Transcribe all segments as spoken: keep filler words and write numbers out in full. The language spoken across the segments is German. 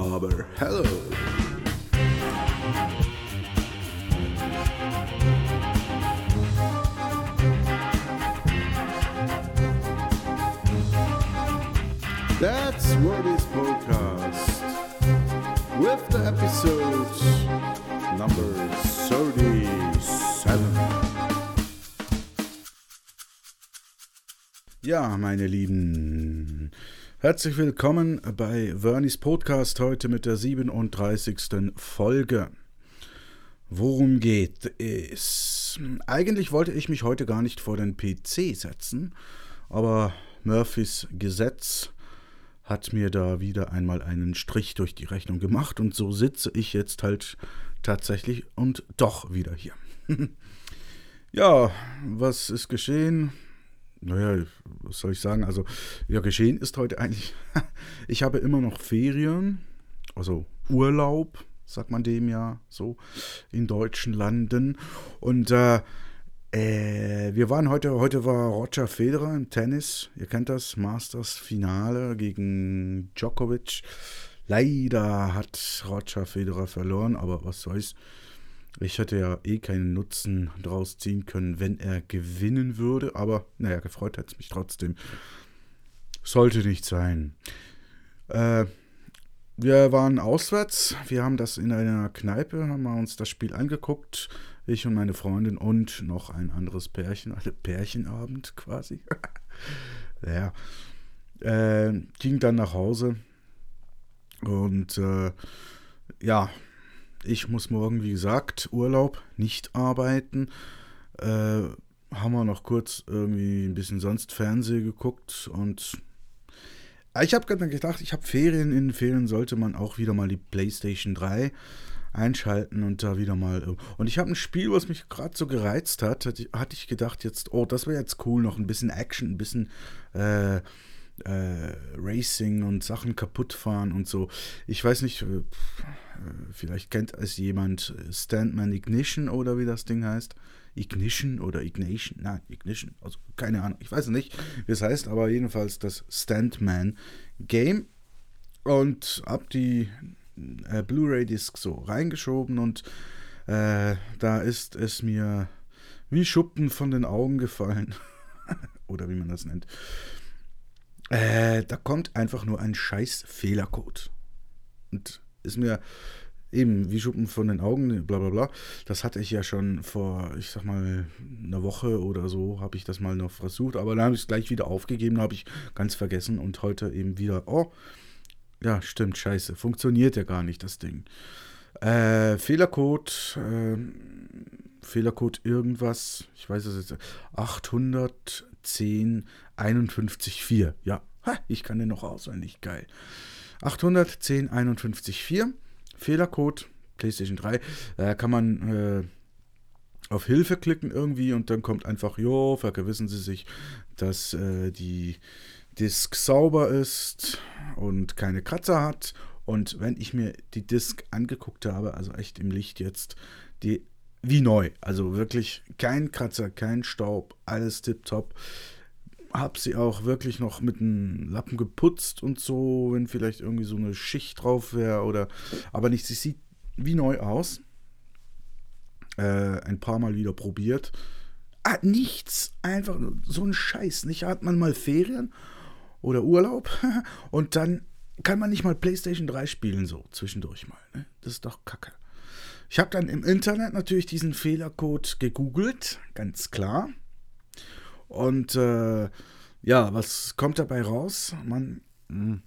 Aber hello! That's Wordy's podcast with the episode number thirty-seven. Ja, meine Lieben, herzlich willkommen bei Wordy's Podcast, heute mit der siebenunddreißigsten Folge. Worum geht es? Eigentlich wollte ich mich heute gar nicht vor den P C setzen, aber Murphys Gesetz hat mir da wieder einmal einen Strich durch die Rechnung gemacht und so sitze ich jetzt halt tatsächlich und doch wieder hier. Ja, was ist geschehen? Naja, was soll ich sagen? Also, ja, geschehen ist heute eigentlich, ich habe immer noch Ferien, also Urlaub, sagt man dem ja so, in deutschen Landen. Und äh, äh, wir waren heute, heute war Roger Federer im Tennis, ihr kennt das, Masters-Finale gegen Djokovic. Leider hat Roger Federer verloren, aber was soll's. Ich hätte ja eh keinen Nutzen draus ziehen können, wenn er gewinnen würde. Aber naja, gefreut hat es mich trotzdem. Sollte nicht sein. Äh, wir waren auswärts. Wir haben das in einer Kneipe, haben wir uns das Spiel angeguckt. Ich und meine Freundin und noch ein anderes Pärchen. Also Pärchenabend quasi. Ja. Äh, ging dann nach Hause. Und äh, ja... Ich muss morgen, wie gesagt, Urlaub, nicht arbeiten. Äh, haben wir noch kurz irgendwie ein bisschen sonst Fernsehen geguckt und ich habe gerade gedacht, ich habe Ferien. In den Ferien sollte man auch wieder mal die PlayStation drei einschalten und da wieder mal. Und ich habe ein Spiel, was mich gerade so gereizt hat, hatte ich gedacht jetzt, oh, das wäre jetzt cool, noch ein bisschen Action, ein bisschen äh, Äh, Racing und Sachen kaputt fahren und so. Ich weiß nicht, äh, vielleicht kennt es jemand Stuntman Ignition oder wie das Ding heißt. Ignition oder Ignition, nein, Ignition, also keine Ahnung, ich weiß nicht, wie es heißt, aber jedenfalls das Stuntman Game und hab die äh, Blu-ray-Disc so reingeschoben und äh, da ist es mir wie Schuppen von den Augen gefallen oder wie man das nennt. Äh, da kommt einfach nur ein scheiß Fehlercode. Und ist mir eben wie Schuppen von den Augen, bla bla bla. Das hatte ich ja schon vor, ich sag mal, einer Woche oder so, habe ich das mal noch versucht. Aber dann habe ich es gleich wieder aufgegeben, habe ich ganz vergessen. Und heute eben wieder, oh, ja, stimmt, scheiße, funktioniert ja gar nicht, das Ding. Äh, Fehlercode, äh, Fehlercode irgendwas, ich weiß es jetzt, achthundertzehn einundfünfzig vier. Ja, ha, ich kann den noch auswendig, geil. achthundertzehn einundfünfzig vier, Fehlercode, PlayStation drei, da äh, kann man äh, auf Hilfe klicken irgendwie und dann kommt einfach, jo, vergewissen Sie sich, dass äh, die Disk sauber ist und keine Kratzer hat. Und wenn ich mir die Disk angeguckt habe, also echt im Licht jetzt, die wie neu, also wirklich kein Kratzer, kein Staub, alles tipptopp. Hab sie auch wirklich noch mit einem Lappen geputzt und so, wenn vielleicht irgendwie so eine Schicht drauf wäre oder, aber nicht, sie sieht wie neu aus. Äh, ein paar Mal wieder probiert. Ah, nichts, einfach so ein Scheiß. Nicht hat man mal Ferien oder Urlaub und dann kann man nicht mal PlayStation drei spielen, so zwischendurch mal. Ne? Das ist doch Kacke. Ich habe dann im Internet natürlich diesen Fehlercode gegoogelt, ganz klar. Und äh, ja, was kommt dabei raus? Man, mh,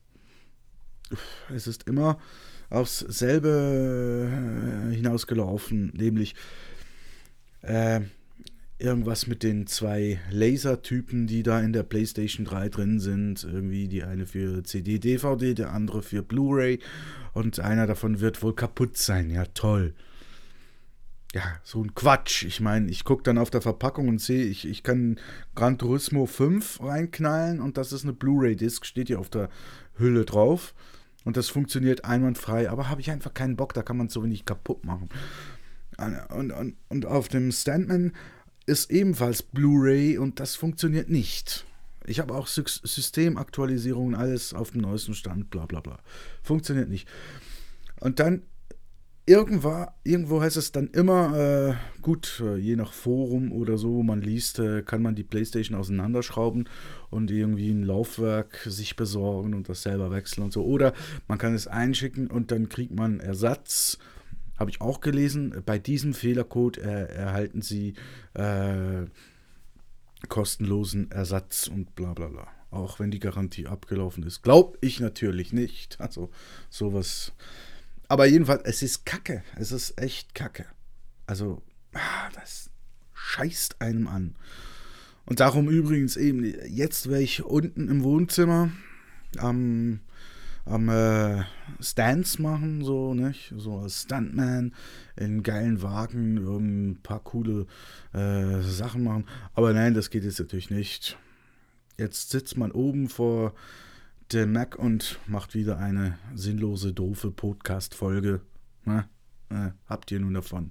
es ist immer aufs selbe äh, hinausgelaufen, nämlich äh, irgendwas mit den zwei Lasertypen, die da in der PlayStation drei drin sind. Irgendwie die eine für C D, D V D, der andere für Blu-ray. Und einer davon wird wohl kaputt sein. Ja, toll. Ja, so ein Quatsch. Ich meine, ich gucke dann auf der Verpackung und sehe, ich, ich kann Gran Turismo fünf reinknallen und das ist eine Blu-ray-Disc, steht hier auf der Hülle drauf. Und das funktioniert einwandfrei, aber habe ich einfach keinen Bock, da kann man es so wenig kaputt machen. Und, und, und auf dem Stuntman ist ebenfalls Blu-ray und das funktioniert nicht. Ich habe auch Sy- Systemaktualisierungen, alles auf dem neuesten Stand, bla bla bla. Funktioniert nicht. Und dann irgendwo, irgendwo heißt es dann immer, äh, gut, äh, je nach Forum oder so, wo man liest, äh, kann man die PlayStation auseinanderschrauben und irgendwie ein Laufwerk sich besorgen und das selber wechseln und so. Oder man kann es einschicken und dann kriegt man Ersatz. Habe ich auch gelesen. Bei diesem Fehlercode äh, erhalten Sie äh, kostenlosen Ersatz und bla bla bla. Auch wenn die Garantie abgelaufen ist. Glaube ich natürlich nicht. Also sowas. Aber jedenfalls, es ist Kacke. Es ist echt Kacke. Also, ah, das scheißt einem an. Und darum übrigens eben, jetzt wäre ich unten im Wohnzimmer am, am äh, Stunts machen, so, nicht? So als Stuntman in geilen Wagen ein paar coole äh, Sachen machen. Aber nein, das geht jetzt natürlich nicht. Jetzt sitzt man oben vor dem Mac und macht wieder eine sinnlose, doofe Podcast-Folge. Na, äh, habt ihr nun davon.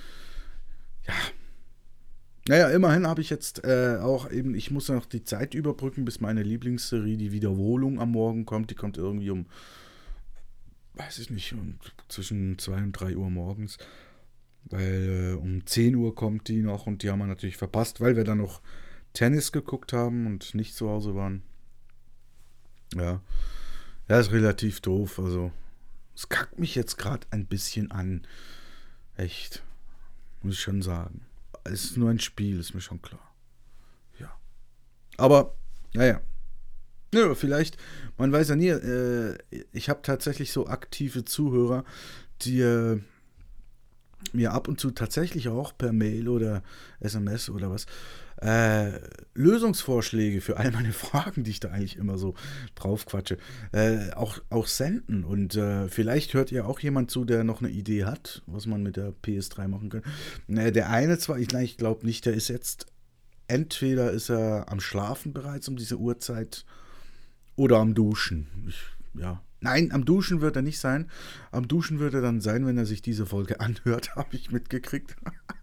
Ja. Naja, immerhin habe ich jetzt äh, auch eben, ich muss noch die Zeit überbrücken, bis meine Lieblingsserie, die Wiederholung, am Morgen kommt. Die kommt irgendwie um, weiß ich nicht, um, zwischen zwei und drei Uhr morgens. Weil äh, um zehn Uhr kommt die noch und die haben wir natürlich verpasst, weil wir dann noch Tennis geguckt haben und nicht zu Hause waren. Ja, ja, ist relativ doof. Also, es kackt mich jetzt gerade ein bisschen an. Echt, muss ich schon sagen. Es ist nur ein Spiel, ist mir schon klar. Ja. Aber, naja. Ja, vielleicht, man weiß ja nie, äh, ich habe tatsächlich so aktive Zuhörer, die äh, mir ab und zu tatsächlich auch per Mail oder S M S oder was äh, Lösungsvorschläge für all meine Fragen, die ich da eigentlich immer so drauf quatsche, äh, auch, auch senden. Und äh, vielleicht hört ja auch jemand zu, der noch eine Idee hat, was man mit der P S drei machen kann. Äh, der eine zwar, ich, ich glaube nicht, der ist jetzt, entweder ist er am Schlafen bereits um diese Uhrzeit oder am Duschen. Ich, ja. Nein, am Duschen wird er nicht sein. Am Duschen wird er dann sein, wenn er sich diese Folge anhört, habe ich mitgekriegt.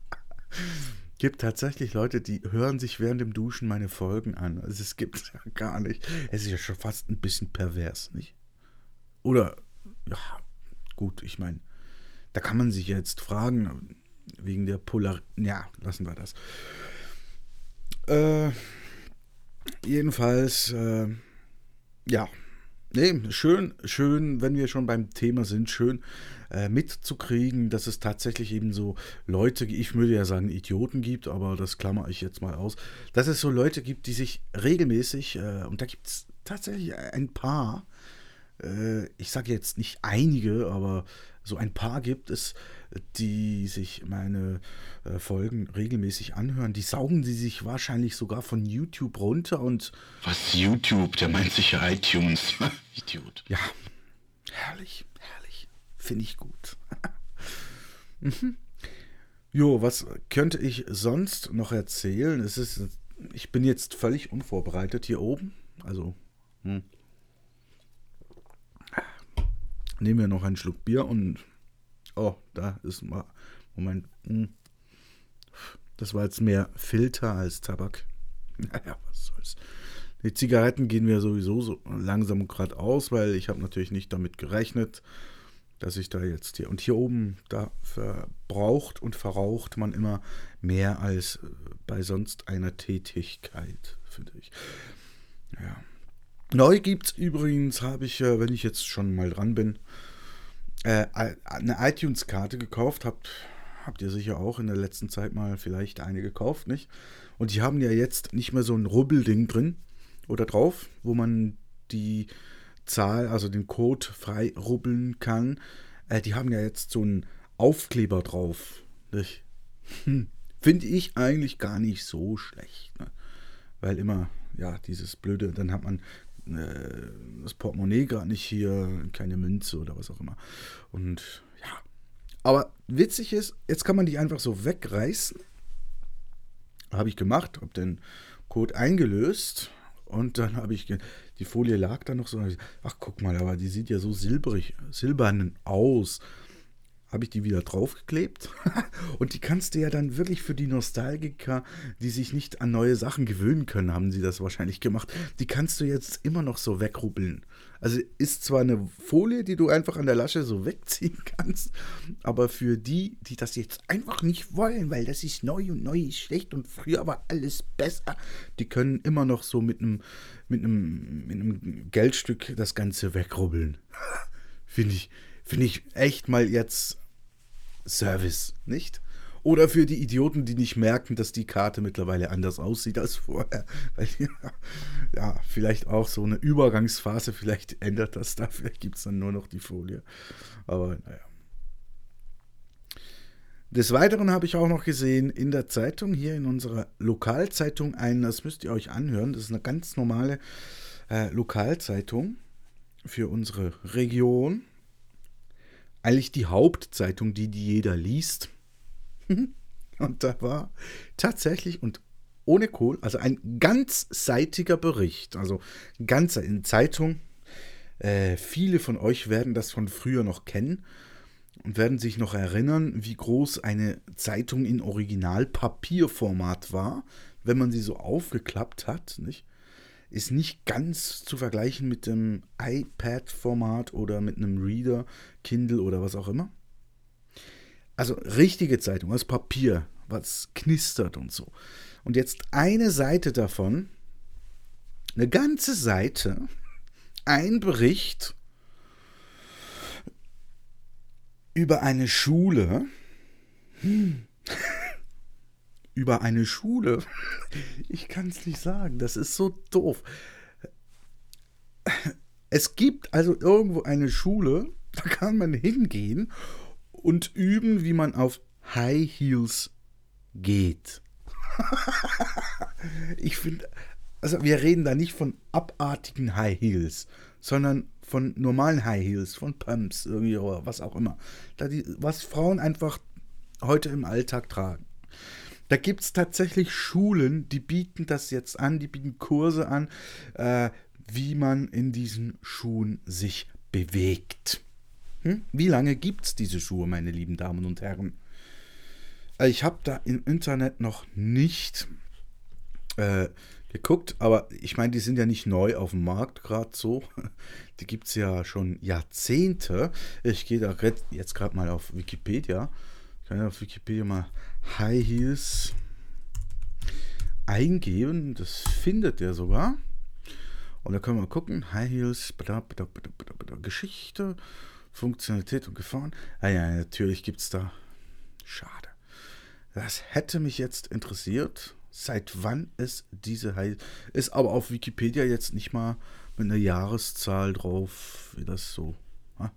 Gibt tatsächlich Leute, die hören sich während dem Duschen meine Folgen an. Also es gibt es ja gar nicht. Es ist ja schon fast ein bisschen pervers, nicht? Oder, ja, gut, ich meine, da kann man sich jetzt fragen, wegen der Polar... Ja, lassen wir das. Äh, jedenfalls, äh, ja, nee, schön, schön, wenn wir schon beim Thema sind, schön äh, mitzukriegen, dass es tatsächlich eben so Leute, ich würde ja sagen Idioten gibt, aber das klammere ich jetzt mal aus, dass es so Leute gibt, die sich regelmäßig, äh, und da gibt es tatsächlich ein paar, äh, ich sage jetzt nicht einige, aber so ein paar gibt es, die sich meine äh, Folgen regelmäßig anhören. Die saugen sie sich wahrscheinlich sogar von YouTube runter und... Was YouTube? Der meint sicher iTunes. Idiot. Ja, herrlich, herrlich. Finde ich gut. mhm. Jo, was könnte ich sonst noch erzählen? Es ist, ich bin jetzt völlig unvorbereitet hier oben. Also, hm. Nehmen wir noch einen Schluck Bier und... Oh, da ist mal... Moment. Hm. Das war jetzt mehr Filter als Tabak. Naja, was soll's. Die Zigaretten gehen mir sowieso so langsam gerade aus, weil ich habe natürlich nicht damit gerechnet, dass ich da jetzt hier... Und hier oben, da verbraucht und verraucht man immer mehr als bei sonst einer Tätigkeit, finde ich. Ja. Neu gibt's übrigens, habe ich, wenn ich jetzt schon mal dran bin, äh, eine iTunes-Karte gekauft. Habt, habt ihr sicher auch in der letzten Zeit mal vielleicht eine gekauft, nicht? Und die haben ja jetzt nicht mehr so ein Rubbelding drin oder drauf, wo man die Zahl, also den Code frei rubbeln kann. Äh, die haben ja jetzt so einen Aufkleber drauf, nicht? Hm. Finde ich eigentlich gar nicht so schlecht, ne? Weil immer, ja, dieses Blöde, dann hat man das Portemonnaie gerade nicht hier, keine Münze oder was auch immer. Und ja, aber witzig ist, jetzt kann man die einfach so wegreißen. Habe ich gemacht, habe den Code eingelöst und dann habe ich, die Folie lag da noch so, ach guck mal, aber die sieht ja so silbrig, silbern aus. habe ich die wieder draufgeklebt. Und die kannst du ja dann wirklich für die Nostalgiker, die sich nicht an neue Sachen gewöhnen können, haben sie das wahrscheinlich gemacht. Die kannst du jetzt immer noch so wegrubbeln. Also ist zwar eine Folie, die du einfach an der Lasche so wegziehen kannst, aber für die, die das jetzt einfach nicht wollen, weil das ist neu und neu ist schlecht und früher war alles besser, die können immer noch so mit einem, mit einem, mit einem Geldstück das Ganze wegrubbeln. Finde ich, finde ich echt mal jetzt Service, nicht? Oder für die Idioten, die nicht merken, dass die Karte mittlerweile anders aussieht als vorher. Weil, ja, vielleicht auch so eine Übergangsphase, vielleicht ändert das da, vielleicht gibt es dann nur noch die Folie. Aber naja. Des Weiteren habe ich auch noch gesehen in der Zeitung, hier in unserer Lokalzeitung, einen, das müsst ihr euch anhören, das ist eine ganz normale äh, Lokalzeitung für unsere Region. Eigentlich die Hauptzeitung, die, die jeder liest. Und da war tatsächlich und ohne Kohl, also ein ganzseitiger Bericht, also ganz in Zeitung. Äh, viele von euch werden das von früher noch kennen und werden sich noch erinnern, wie groß eine Zeitung in Originalpapierformat war, wenn man sie so aufgeklappt hat, nicht? Ist nicht ganz zu vergleichen mit dem iPad-Format oder mit einem Reader, Kindle oder was auch immer. Also richtige Zeitung, aus Papier, was knistert und so. Und jetzt eine Seite davon, eine ganze Seite, ein Bericht über eine Schule, hm. über eine Schule, ich kann es nicht sagen, das ist so doof. Es gibt also irgendwo eine Schule, da kann man hingehen und üben, wie man auf High Heels geht. Ich finde, also wir reden da nicht von abartigen High Heels, sondern von normalen High Heels, von Pumps irgendwie oder was auch immer. Da die, was Frauen einfach heute im Alltag tragen. Da gibt es tatsächlich Schulen, die bieten das jetzt an, die bieten Kurse an, äh, wie man in diesen Schuhen sich bewegt. Hm? Wie lange gibt es diese Schuhe, meine lieben Damen und Herren? Ich habe da im Internet noch nicht äh, geguckt, aber ich meine, die sind ja nicht neu auf dem Markt, gerade so. Die gibt es ja schon Jahrzehnte. Ich gehe da jetzt gerade mal auf Wikipedia. Ich kann ja auf Wikipedia mal High Heels eingeben. Das findet der sogar. Und da können wir gucken. High Heels, Geschichte, Funktionalität und Gefahren. Ah ja, natürlich gibt es da. Schade. Das hätte mich jetzt interessiert, seit wann es diese High ist, aber auf Wikipedia jetzt nicht mal mit einer Jahreszahl drauf, wie das so. Ha?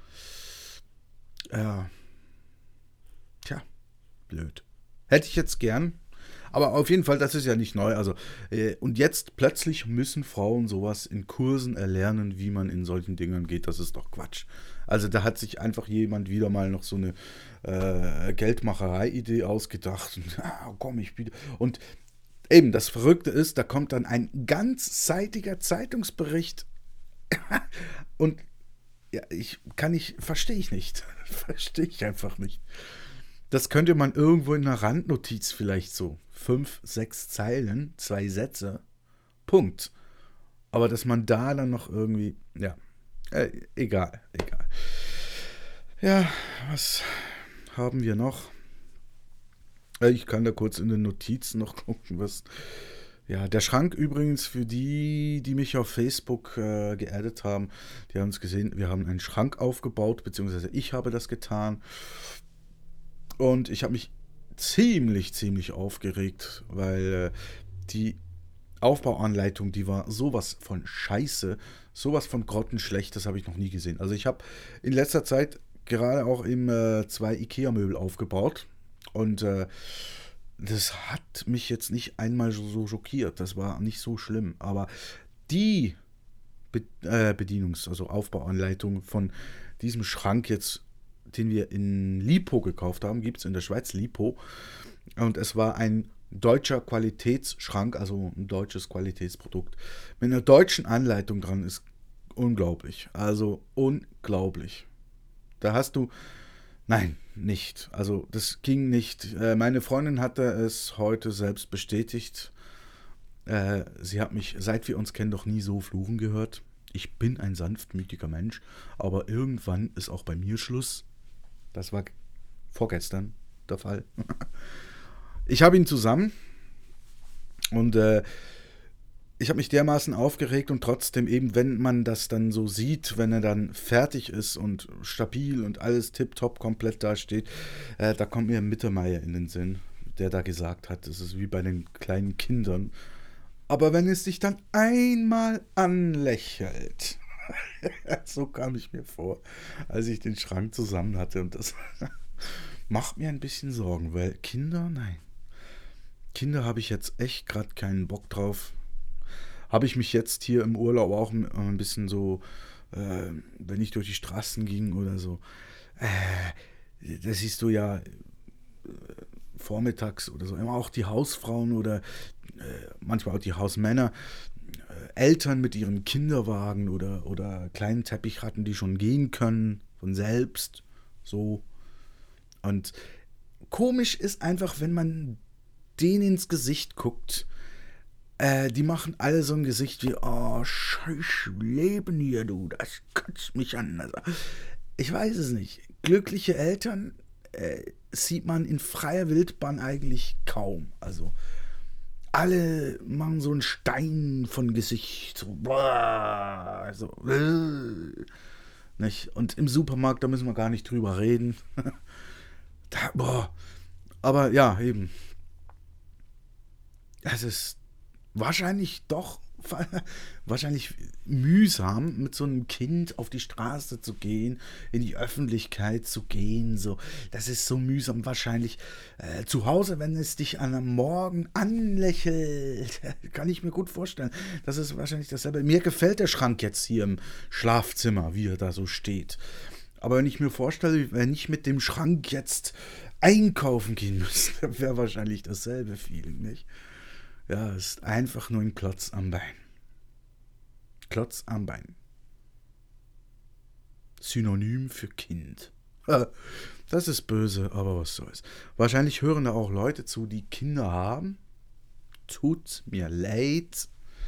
Ja. Tja, blöd. Hätte ich jetzt gern. Aber auf jeden Fall, das ist ja nicht neu. Also, äh, und jetzt plötzlich müssen Frauen sowas in Kursen erlernen, wie man in solchen Dingern geht. Das ist doch Quatsch. Also da hat sich einfach jemand wieder mal noch so eine äh, Geldmacherei-Idee ausgedacht. Und, ah, komm, ich biete. Und eben, das Verrückte ist, da kommt dann ein ganzseitiger Zeitungsbericht. Und ja, ich kann nicht, verstehe ich nicht. Verstehe ich einfach nicht. Das könnte man irgendwo in einer Randnotiz vielleicht so. Fünf, sechs Zeilen, zwei Sätze, Punkt. Aber dass man da dann noch irgendwie, ja, äh, egal, egal. Ja, was haben wir noch? Äh, ich kann da kurz in den Notizen noch gucken, was... Ja, der Schrank übrigens, für die, die mich auf Facebook äh, geaddet haben, die haben es gesehen, wir haben einen Schrank aufgebaut, beziehungsweise ich habe das getan. Und ich habe mich ziemlich, ziemlich aufgeregt, weil äh, die Aufbauanleitung, die war sowas von scheiße, sowas von grottenschlecht, das habe ich noch nie gesehen. Also ich habe in letzter Zeit gerade auch eben äh, zwei Ikea-Möbel aufgebaut und äh, das hat mich jetzt nicht einmal so schockiert, das war nicht so schlimm, aber die Be- äh, Bedienungs-, also Aufbauanleitung von diesem Schrank jetzt, den wir in Lipo gekauft haben, gibt es in der Schweiz, Lipo. Und es war ein deutscher Qualitätsschrank, also ein deutsches Qualitätsprodukt. Mit einer deutschen Anleitung dran ist unglaublich. Also unglaublich. Da hast du Nein, nicht. Also das ging nicht. Äh, meine Freundin hatte es heute selbst bestätigt. Äh, sie hat mich, seit wir uns kennen, doch nie so fluchen gehört. Ich bin ein sanftmütiger Mensch, aber irgendwann ist auch bei mir Schluss. Das war vorgestern der Fall. Ich habe ihn zusammen und äh, ich habe mich dermaßen aufgeregt und trotzdem eben, wenn man das dann so sieht, wenn er dann fertig ist und stabil und alles tipptopp komplett dasteht, äh, da kommt mir Mittermeier in den Sinn, der da gesagt hat, das ist wie bei den kleinen Kindern. Aber wenn es dich dann einmal anlächelt, so kam ich mir vor, als ich den Schrank zusammen hatte und das macht mir ein bisschen Sorgen, weil Kinder, nein. Kinder habe ich jetzt echt gerade keinen Bock drauf. Habe ich mich jetzt hier im Urlaub auch ein bisschen so, äh, wenn ich durch die Straßen ging oder so, äh, das siehst du ja äh, vormittags oder so, immer auch die Hausfrauen oder äh, manchmal auch die Hausmänner, äh, Eltern mit ihren Kinderwagen oder, oder kleinen Teppichratten, die schon gehen können von selbst, so. Und komisch ist einfach, wenn man denen ins Gesicht guckt, äh, die machen alle so ein Gesicht wie, oh, scheiß Leben hier, du, das kotzt mich an. Also, ich weiß es nicht. Glückliche Eltern äh, sieht man in freier Wildbahn eigentlich kaum. Also, alle machen so einen Stein von Gesicht. So, boah, also, äh, nicht? Und im Supermarkt, da müssen wir gar nicht drüber reden. da, boah. Aber ja, eben. Es ist wahrscheinlich doch wahrscheinlich mühsam, mit so einem Kind auf die Straße zu gehen, in die Öffentlichkeit zu gehen. So, das ist so mühsam wahrscheinlich. Äh, zu Hause, wenn es dich an einem Morgen anlächelt, kann ich mir gut vorstellen. Das ist wahrscheinlich dasselbe. Mir gefällt der Schrank jetzt hier im Schlafzimmer, wie er da so steht. Aber wenn ich mir vorstelle, wenn ich mit dem Schrank jetzt einkaufen gehen müsste, wäre wahrscheinlich dasselbe Feeling, nicht? Ja, es ist einfach nur ein Klotz am Bein. Klotz am Bein. Synonym für Kind. Das ist böse, aber was soll's. Wahrscheinlich hören da auch Leute zu, die Kinder haben. Tut mir leid.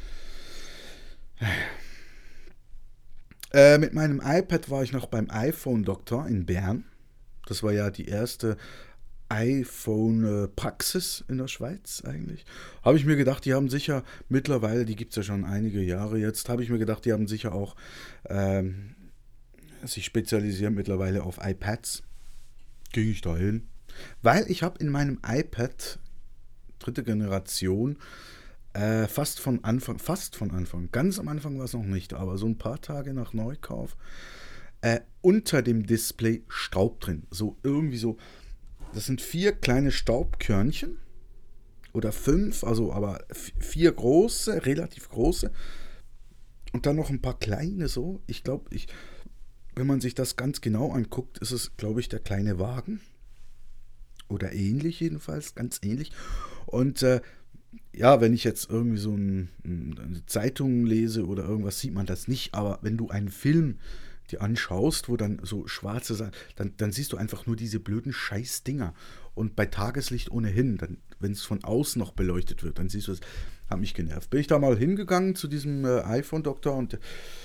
Äh, mit meinem iPad war ich noch beim iPhone-Doktor in Bern. Das war ja die erste iPhone-Praxis in der Schweiz eigentlich. Habe ich mir gedacht, die haben sicher mittlerweile, die gibt es ja schon einige Jahre jetzt, habe ich mir gedacht, die haben sicher auch ähm, sich spezialisieren mittlerweile auf iPads. Ging ich da hin. Weil ich habe in meinem iPad dritte Generation äh, fast von Anfang, fast von Anfang, ganz am Anfang war es noch nicht, aber so ein paar Tage nach Neukauf, äh, unter dem Display Staub drin. So irgendwie so. Das sind vier kleine Staubkörnchen oder fünf, also aber vier große, relativ große und dann noch ein paar kleine so. Ich glaube, ich, wenn man sich das ganz genau anguckt, ist es, glaube ich, der kleine Wagen oder ähnlich jedenfalls, ganz ähnlich. Und äh, ja, wenn ich jetzt irgendwie so ein, eine Zeitung lese oder irgendwas, sieht man das nicht, aber wenn du einen Film dir anschaust, wo dann so schwarze Sachen, dann, dann siehst du einfach nur diese blöden Scheißdinger. Und bei Tageslicht ohnehin, dann, wenn es von außen noch beleuchtet wird, dann siehst du es, hat mich genervt. Bin ich da mal hingegangen zu diesem äh, iPhone-Doktor und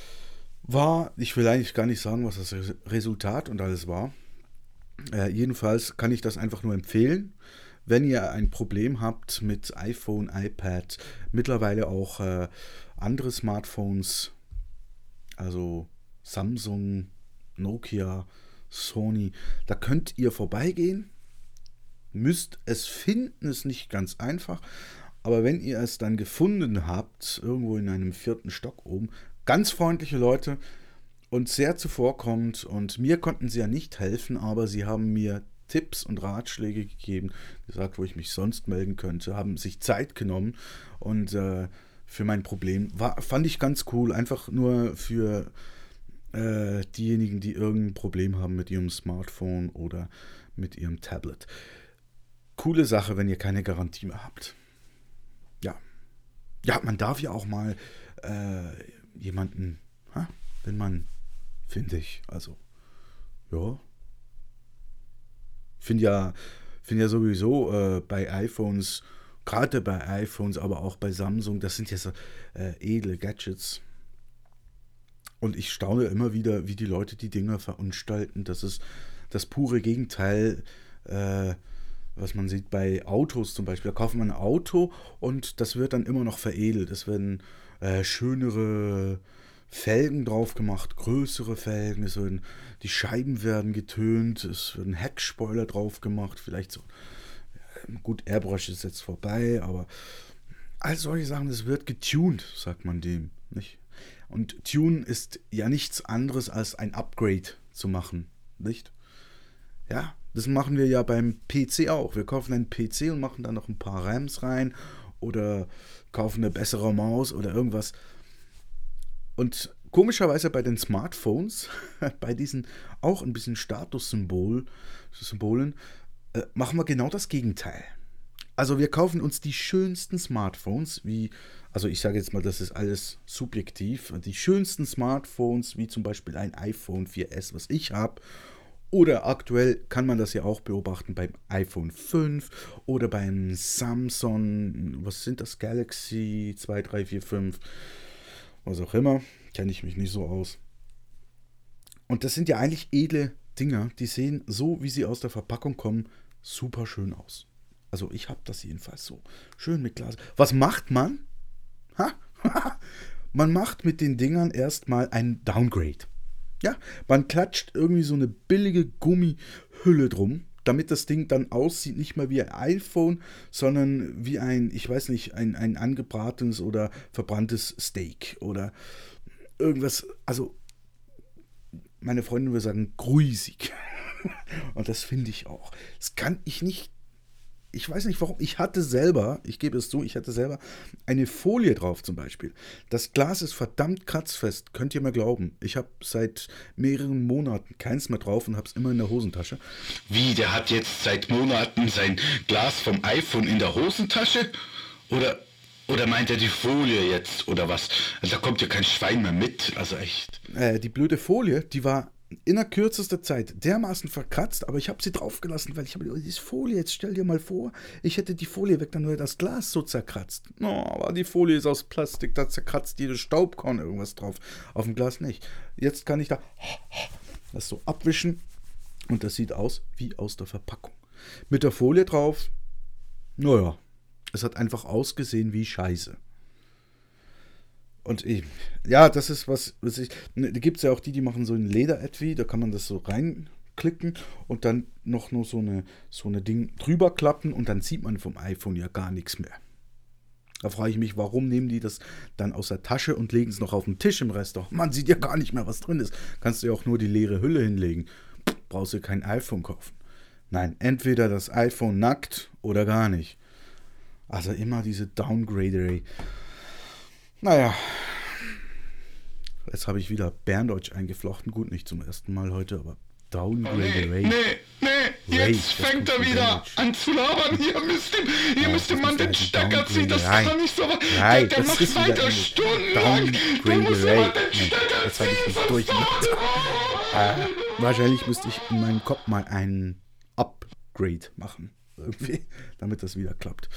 war, ich will eigentlich gar nicht sagen, was das Resultat und alles war. Äh, jedenfalls kann ich das einfach nur empfehlen. Wenn ihr ein Problem habt mit iPhone, iPad, mittlerweile auch äh, andere Smartphones, also Samsung, Nokia, Sony, da könnt ihr vorbeigehen, müsst es finden, ist nicht ganz einfach, aber wenn ihr es dann gefunden habt, irgendwo in einem vierten Stock oben, ganz freundliche Leute und sehr zuvorkommend und mir konnten sie ja nicht helfen, aber sie haben mir Tipps und Ratschläge gegeben, gesagt, wo ich mich sonst melden könnte, haben sich Zeit genommen und äh, für mein Problem, war, fand ich ganz cool, einfach nur für Äh, diejenigen, die irgendein Problem haben mit ihrem Smartphone oder mit ihrem Tablet. Coole Sache, wenn ihr keine Garantie mehr habt. Ja. Ja, man darf ja auch mal äh, jemanden, ha, wenn man, finde ich, also, ja, Ich finde ja, find ja sowieso äh, bei iPhones, gerade bei iPhones, aber auch bei Samsung, das sind ja so äh, edle Gadgets. Und ich staune immer wieder, wie die Leute die Dinger verunstalten. Das ist das pure Gegenteil, äh, was man sieht bei Autos zum Beispiel. Da kauft man ein Auto und das wird dann immer noch veredelt. Es werden äh, schönere Felgen drauf gemacht, größere Felgen. Es werden, die Scheiben werden getönt, es wird ein Heckspoiler drauf gemacht. Vielleicht so, gut, Airbrush ist jetzt vorbei, aber all solche Sachen, es wird getuned, sagt man dem, nicht? Und Tune ist ja nichts anderes als ein Upgrade zu machen, nicht? Ja, das machen wir ja beim P C auch. Wir kaufen einen P C und machen da noch ein paar RAMs rein oder kaufen eine bessere Maus oder irgendwas. Und komischerweise bei den Smartphones, bei diesen auch ein bisschen Statussymbolen, Symbolen, äh, machen wir genau das Gegenteil. Also wir kaufen uns die schönsten Smartphones, wie, also ich sage jetzt mal, das ist alles subjektiv, die schönsten Smartphones, wie zum Beispiel ein iPhone vier S, was ich habe. Oder aktuell kann man das ja auch beobachten beim iPhone fünf oder beim Samsung, was sind das, Galaxy zwei, drei, vier, fünf, was auch immer, kenne ich mich nicht so aus. Und das sind ja eigentlich edle Dinger, die sehen so, wie sie aus der Verpackung kommen, super schön aus. Also ich habe das jedenfalls so. Schön mit Glas. Was macht man? Ha? Man macht mit den Dingern erstmal ein Downgrade. Ja, man klatscht irgendwie so eine billige Gummihülle drum, damit das Ding dann aussieht, nicht mehr wie ein iPhone, sondern wie ein, ich weiß nicht, ein, ein angebratenes oder verbranntes Steak oder irgendwas, also meine Freundin würde sagen, gruisig. Und das finde ich auch. Das kann ich nicht. Ich weiß nicht warum, ich hatte selber, ich gebe es zu, ich hatte selber eine Folie drauf zum Beispiel. Das Glas ist verdammt kratzfest, könnt ihr mir glauben. Ich habe seit mehreren Monaten keins mehr drauf und habe es immer in der Hosentasche. Wie, der hat jetzt seit Monaten sein Glas vom iPhone in der Hosentasche? Oder, oder meint er die Folie jetzt, oder was? Also da kommt ja kein Schwein mehr mit, also echt. Äh, die blöde Folie, die war in der kürzester Zeit dermaßen verkratzt, aber ich habe sie draufgelassen, weil ich habe diese Folie, jetzt stell dir mal vor, ich hätte die Folie weg, dann wäre das Glas so zerkratzt. No, aber die Folie ist aus Plastik, da zerkratzt jedes Staubkorn irgendwas drauf, auf dem Glas nicht. Jetzt kann ich da das so abwischen und das sieht aus wie aus der Verpackung. Mit der Folie drauf, naja, es hat einfach ausgesehen wie Scheiße. Und eben, ja, das ist was, was ich, da gibt es ja auch die, die machen so ein Leder-Etui, da kann man das so reinklicken und dann noch nur so eine, so eine Ding drüber klappen und dann sieht man vom iPhone ja gar nichts mehr. Da frage ich mich, warum nehmen die das dann aus der Tasche und legen es noch auf den Tisch im Restaurant? Man sieht ja gar nicht mehr, was drin ist. Kannst du ja auch nur die leere Hülle hinlegen. Brauchst du kein iPhone kaufen. Nein, entweder das iPhone nackt oder gar nicht. Also immer diese Downgradery. Naja, jetzt habe ich wieder Berndeutsch eingeflochten. Gut, nicht zum ersten Mal heute, aber Downgradery. Nee, nee, nee, jetzt fängt er wieder an zu labern. Ihr müsst dem, ihr Ja, müsst dem das Mann ist den also Stecker ziehen, das ist Downgradery. doch nicht so. Der, Nein, der das macht ist wieder weiter eine stundenlang. Der muss Downgradery. immer den Nee, Stecker jetzt habe ich ziehen, mich sonst durchgemacht. dauert- Äh, wahrscheinlich müsste ich in meinem Kopf mal ein Upgrade machen. Irgendwie, damit das wieder klappt.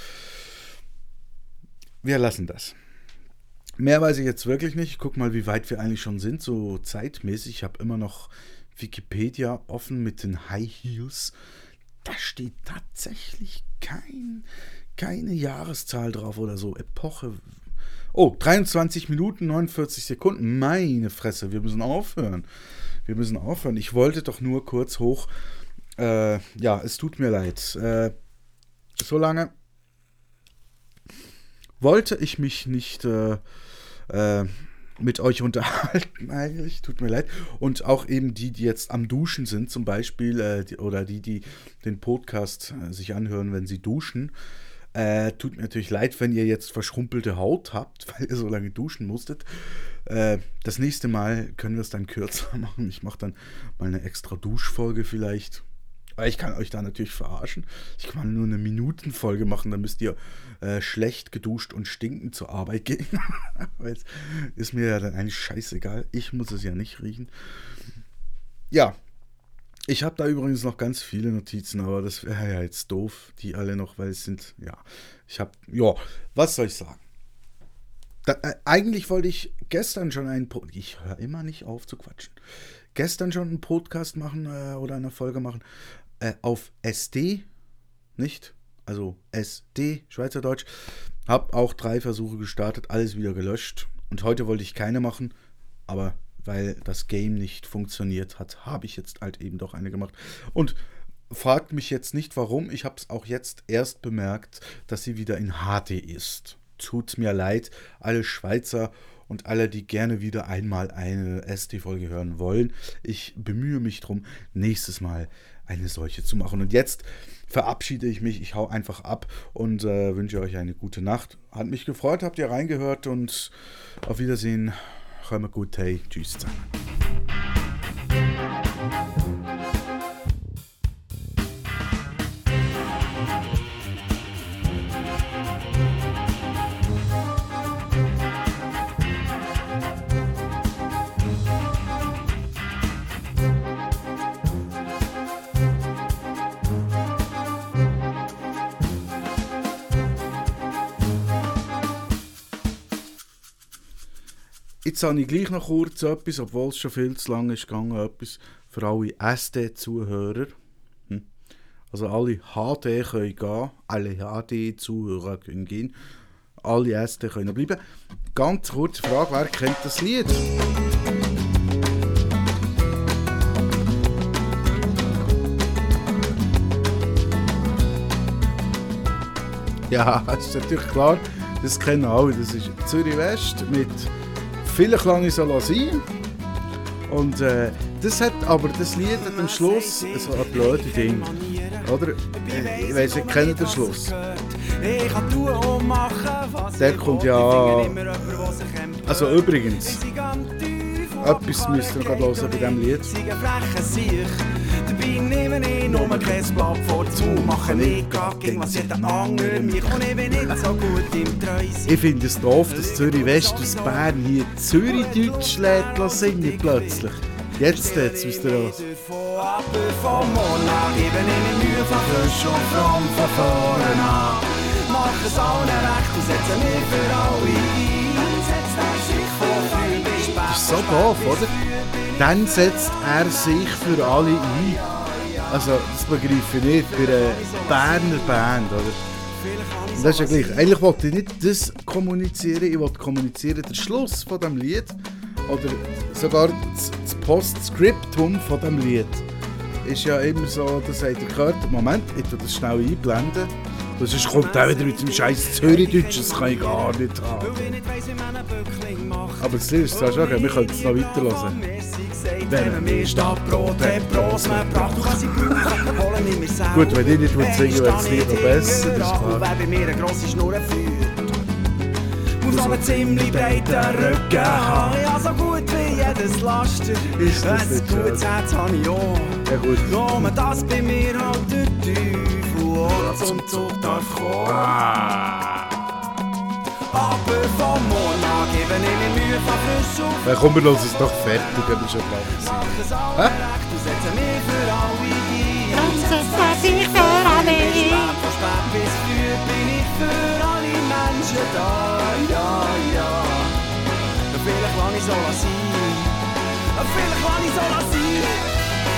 Wir lassen das. Mehr weiß ich jetzt wirklich nicht. Ich guck mal, wie weit wir eigentlich schon sind, so zeitmäßig. Ich habe immer noch Wikipedia offen mit den High Heels. Da steht tatsächlich kein, keine Jahreszahl drauf oder so. Epoche. Oh, dreiundzwanzig Minuten, neunundvierzig Sekunden. Meine Fresse, wir müssen aufhören. Wir müssen aufhören. Ich wollte doch nur kurz hoch. Äh, ja, es tut mir leid. Äh, so lange wollte ich mich nicht äh, äh, mit euch unterhalten eigentlich, tut mir leid. Und auch eben die, die jetzt am Duschen sind zum Beispiel, äh, die, oder die, die den Podcast äh, sich anhören, wenn sie duschen. Äh, tut mir natürlich leid, wenn ihr jetzt verschrumpelte Haut habt, weil ihr so lange duschen musstet. Äh, das nächste Mal können wir es dann kürzer machen. Ich mache dann mal eine extra Duschfolge vielleicht. Aber ich kann euch da natürlich verarschen. Ich kann nur eine Minutenfolge machen, dann müsst ihr äh, schlecht geduscht und stinkend zur Arbeit gehen. Weil es ist mir ja dann eigentlich scheißegal. Ich muss es ja nicht riechen. Ja, Ich habe da übrigens noch ganz viele Notizen, aber das wäre ja jetzt doof, die alle noch, weil es sind, ja, ich habe, ja, was soll ich sagen? Da, äh, eigentlich wollte ich gestern schon einen, po- ich höre immer nicht auf zu quatschen, gestern schon einen Podcast machen äh, oder eine Folge machen äh, auf S D, nicht? Also S D, Schweizerdeutsch. Hab auch drei Versuche gestartet, alles wieder gelöscht. Und heute wollte ich keine machen, aber weil das Game nicht funktioniert hat, habe ich jetzt halt eben doch eine gemacht. Und fragt mich jetzt nicht warum, ich habe es auch jetzt erst bemerkt, dass sie wieder in H D ist. Tut mir leid, alle Schweizer und alle, die gerne wieder einmal eine S D-Folge hören wollen. Ich bemühe mich drum, nächstes Mal eine solche zu machen. Und jetzt verabschiede ich mich, ich hau einfach ab und äh, wünsche euch eine gute Nacht. Hat mich gefreut, habt ihr reingehört und auf Wiedersehen. Kommt gut, hey, tschüss zusammen. Jetzt habe ich gleich noch kurz etwas, obwohl es schon viel zu lange ist gegangen, etwas für alle S D-Zuhörer. Hm. Also alle H D können gehen, alle H D-Zuhörer können gehen, alle S D können bleiben. Ganz kurze Frage, wer kennt das Lied? Ja, das ist natürlich klar, das kennen alle. Das ist Zürich West mit «Vielleicht lange soll sein». Und äh, das hat, aber das Lied hat am Schluss so ein blödes Ding. Oder? Äh, ich weiss nicht, kennt den Schluss? Der kommt ja... Also übrigens, etwas müsst ihr gerade hören bei diesem Lied. Dabei nehme ich nur kein Blatt vorzu, mache nicht gar gegen was jeder andere mich und ich bin nicht so gut im Treus. Ich finde es doof, dass Zürich West aus Bern hier Zürich-Deutsch lädt singen plötzlich. Jetzt jetzt, wisst ihr was? Aber vom Morgen an gebe ich mir Mühe von frisch und fromm von vorne an. Mach es allen recht und setze mich für alle ein. Setzt er sich vor früh bis spät. Das ist so doof, oder? Dann setzt er sich für alle ein. Also, das begreife ich nicht, für eine Berner Band, oder? Und das ist ja gleich. Eigentlich wollte ich nicht das kommunizieren, ich wollte kommunizieren den Schluss von diesem Lied oder sogar das, das Postscriptum von diesem Lied. Ist ja immer so, dass ihr gehört, Moment, ich tue das schnell einblenden. Sonst kommt er wieder mit dem scheiß Zürichdeutsch, das kann ich gar nicht haben. Aber das Lied ist zwar schon geil, wir können es noch weiterhören. Wenn wir Stadtbrot hat, Bros, man braucht, du kannst sie brauchen, holen nicht mehr selber. Gut, wenn ich nicht singen würde, wäre das Lied noch besser, das ist klar. Wer bei mir eine grosse Schnur führt, muss aber ziemlich breiten Rücken haben. Ja, so gut wie jedes Laster, ist das ein gutes Herz habe ich auch. Ja gut. Nur das bei mir halt der Teufel auch zum Zug darf kommen. Aber vom Morgen an gebe ich mir Mühe von frisch auf. Ja, komm, wir hören es doch fertig, wenn wir schon dran sind. Mach es auch recht, du setze mich für alle ein. Und setze dich für alle ein. Von spät bis früh bin ich für alle Menschen da. Ja, ja. Vielleicht lass ich so sein. Vielleicht lass ich so sein.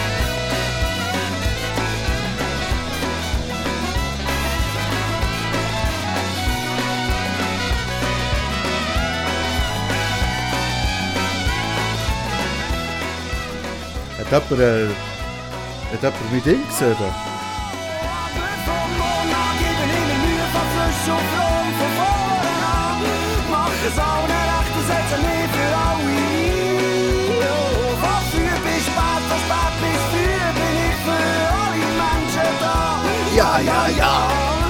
Hat jemand, äh, hat jemand mein Ding gesehen? Da? Ja, ja, ja.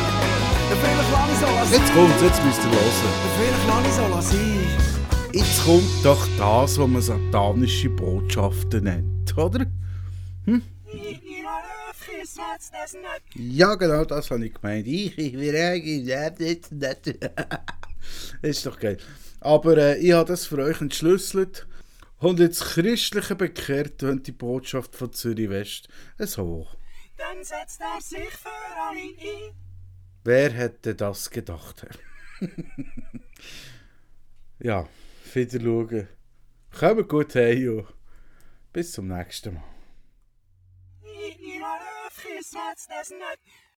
Jetzt kommt, jetzt müsst ihr hören. Jetzt kommt doch das, was man satanische Botschaften nennt, oder? Hm? Ja, genau das habe ich gemeint. Ich, ich will eigentlich nicht, nicht. Das ist doch geil. Aber äh, ich habe das für euch entschlüsselt. Und ins Christliche bekehrt tönt die Botschaft von Zürich West so. Dann setzt er sich für alle ein. Wer hätte das gedacht? Ja, wieder schauen. Kommt gut heim und bis zum nächsten Mal. I, i, la, frismats, das nett.